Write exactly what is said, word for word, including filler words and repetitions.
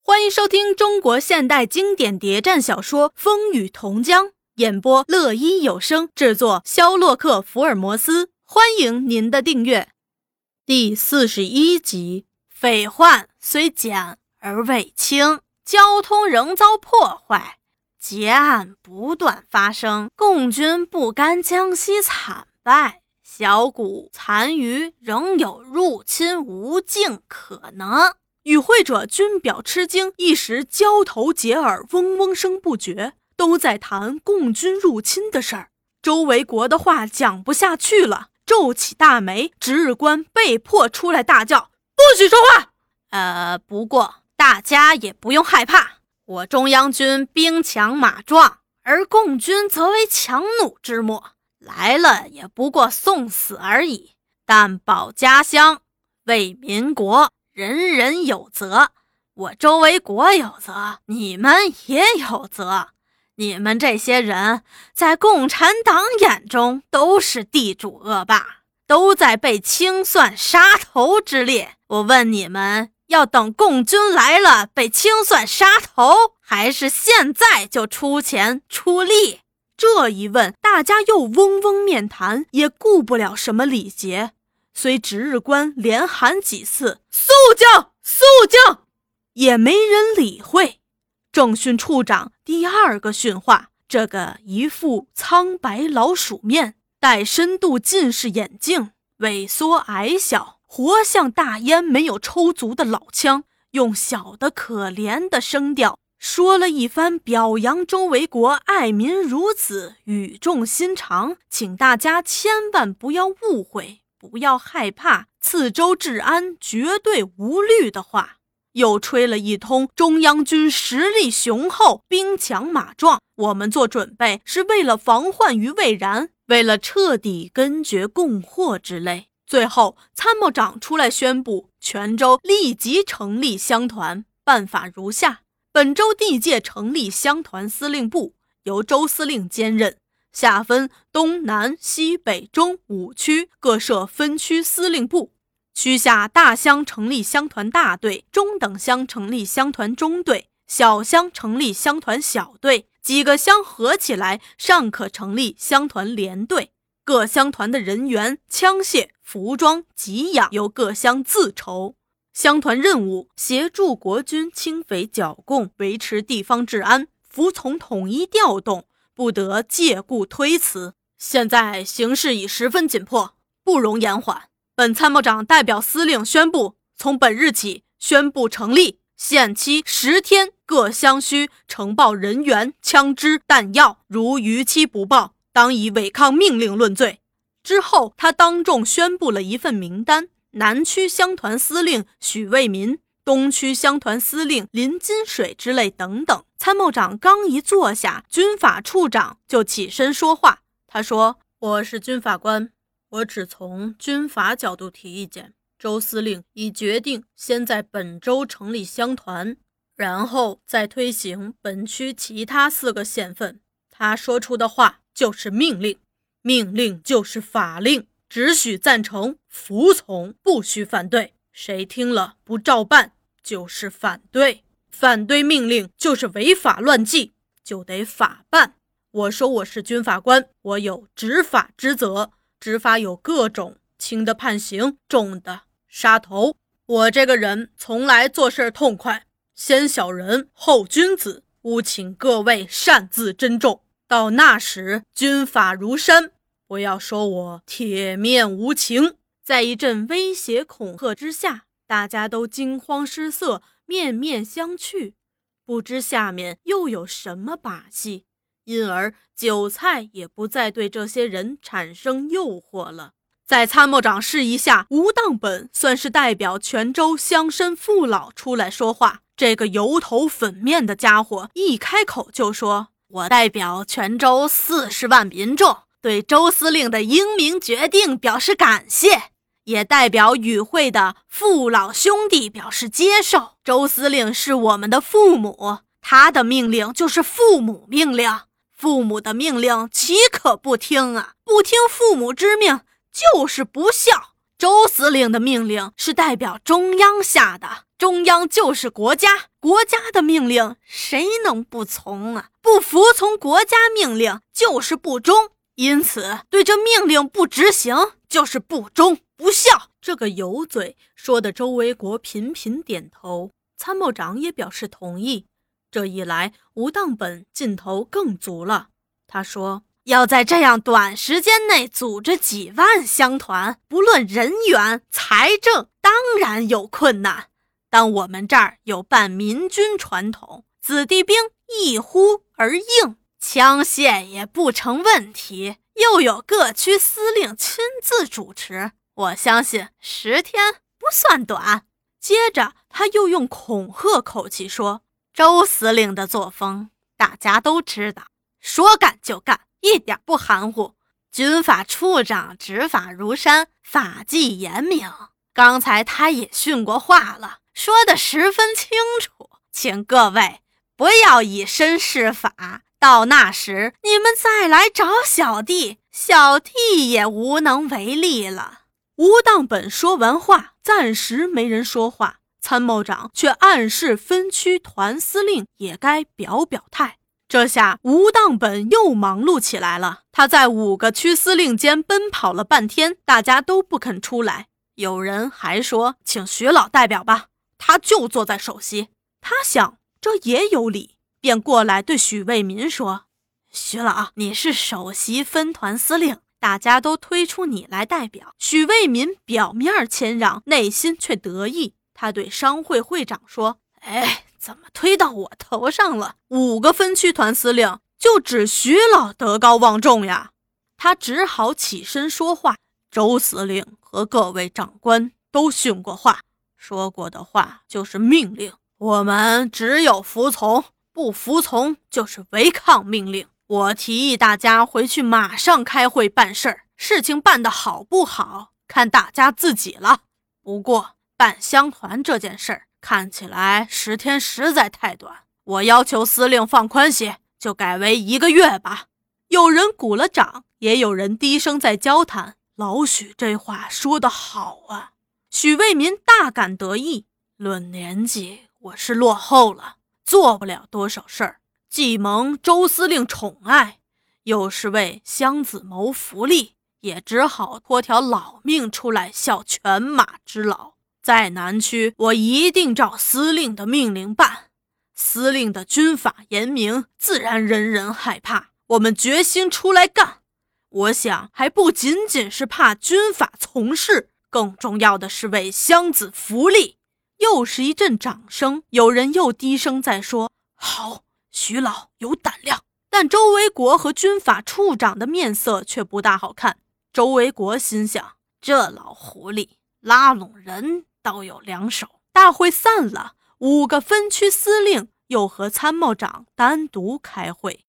欢迎收听中国现代经典谍战小说《风雨同江》，演播乐一有声，制作肖洛克福尔摩斯。欢迎您的订阅。第四十一集，匪患虽简而未清，交通仍遭破坏，劫案不断发生，共军不甘江西惨败，小股残余仍有入侵吴境可能。与会者均表吃惊，一时交头接耳，嗡嗡声不绝，都在谈共军入侵的事儿。周维国的话讲不下去了，皱起大眉，值日官被迫出来大叫：不许说话！呃，不过大家也不用害怕，我中央军兵强马壮，而共军则为强弩之末，来了也不过送死而已。但保家乡，为民国，人人有责，我周维国有责，你们也有责。你们这些人在共产党眼中都是地主恶霸，都在被清算杀头之列。我问你们，要等共军来了被清算杀头，还是现在就出钱出力？这一问，大家又嗡嗡面谈，也顾不了什么礼节。虽值日官连喊几次肃静肃静，也没人理会。政训处长第二个训话，这个一副苍白老鼠面，戴深度近视眼镜，萎缩矮小，活像大烟没有抽足的老枪，用小的可怜的声调说了一番表扬周维国爱民如子，语重心长，请大家千万不要误会，不要害怕，次州治安绝对无虑的话，又吹了一通中央军实力雄厚，兵强马壮，我们做准备是为了防患于未然，为了彻底根绝共祸之类。最后参谋长出来宣布，全州立即成立乡团，办法如下：本州地界成立乡团司令部，由周司令兼任，下分东南西北中五区，各设分区司令部。区下大乡成立乡团大队，中等乡成立乡团中队，小乡成立乡团小队，几个乡合起来尚可成立乡团连队。各乡团的人员、枪械、服装、给养由各乡自筹。乡团任务：协助国军清匪剿共，维持地方治安，服从统一调动，不得借故推辞。现在形势已十分紧迫，不容延缓。本参谋长代表司令宣布，从本日起宣布成立，限期十天，各乡需呈报人员、枪支、弹药，如逾期不报，当以违抗命令论罪。之后他当众宣布了一份名单，南区乡团司令许卫民，东区乡团司令林金水之类等等。参谋长刚一坐下，军法处长就起身说话。他说：我是军法官，我只从军法角度提意见。周司令已决定先在本州成立乡团，然后再推行本区其他四个县份。他说出的话就是命令，命令就是法令，只许赞成服从，不许反对。谁听了不照办就是反对，反对命令就是违法乱纪，就得法办。我说我是军法官，我有执法之责，执法有各种，轻的判刑，重的杀头。我这个人从来做事痛快，先小人后君子，务请各位擅自珍重。到那时军法如山，不要说我铁面无情。在一阵威胁恐吓之下，大家都惊慌失色，面面相觑，不知下面又有什么把戏，因而韭菜也不再对这些人产生诱惑了。在参谋长示意下，吴当本算是代表全州乡绅父老出来说话。这个油头粉面的家伙一开口就说：我代表全州四十万民众，对周司令的英明决定表示感谢，也代表与会的父老兄弟表示接受。周司令是我们的父母，他的命令就是父母命令，父母的命令岂可不听啊？不听父母之命就是不孝， 周司令的命令是代表中央下的，中央就是国家，国家的命令谁能不从啊？不服从国家命令就是不忠，因此对这命令不执行就是不忠不孝。这个油嘴说的周维国频频点头，参谋长也表示同意。这一来，吴当本劲头更足了。他说，要在这样短时间内组织几万乡团，不论人员、财政，当然有困难。但我们这儿有办民军传统，子弟兵一呼而应，枪械也不成问题，又有各区司令亲自主持，我相信十天不算短。接着他又用恐吓口气说，周司令的作风大家都知道，说干就干，一点不含糊。军法处长执法如山，法纪严明，刚才他也训过话了，说得十分清楚，请各位不要以身试法，到那时你们再来找小弟，小弟也无能为力了。吴当本说完话，暂时没人说话，参谋长却暗示分区团司令也该表表态。这下吴当本又忙碌起来了，他在五个区司令间奔跑了半天，大家都不肯出来。有人还说，请徐老代表吧，他就坐在首席。他想这也有理，便过来对许卫民说，徐老，你是首席分团司令，大家都推出你来代表。许卫民表面谦让，内心却得意。他对商会会长说，哎，怎么推到我头上了？五个分区团司令就只徐老德高望重呀。他只好起身说话，周司令和各位长官都训过话，说过的话就是命令，我们只有服从，不服从就是违抗命令。我提议大家回去马上开会办事儿，事情办得好不好看大家自己了。不过办乡团这件事儿看起来十天实在太短，我要求司令放宽些，就改为一个月吧。有人鼓了掌，也有人低声在交谈。老许这话说得好啊。许卫民大感得意，论年纪我是落后了，做不了多少事儿，既蒙周司令宠爱，又是为乡子谋福利，也只好拖条老命出来效犬马之劳。在南区，我一定照司令的命令办。司令的军法严明，自然人人害怕。我们决心出来干。我想还不仅仅是怕军法从事，更重要的是为乡子福利。又是一阵掌声，有人又低声在说，好，徐老有胆量。但周维国和军法处长的面色却不大好看。周维国心想，这老狐狸拉拢人倒有两手。大会散了，五个分区司令又和参谋长单独开会。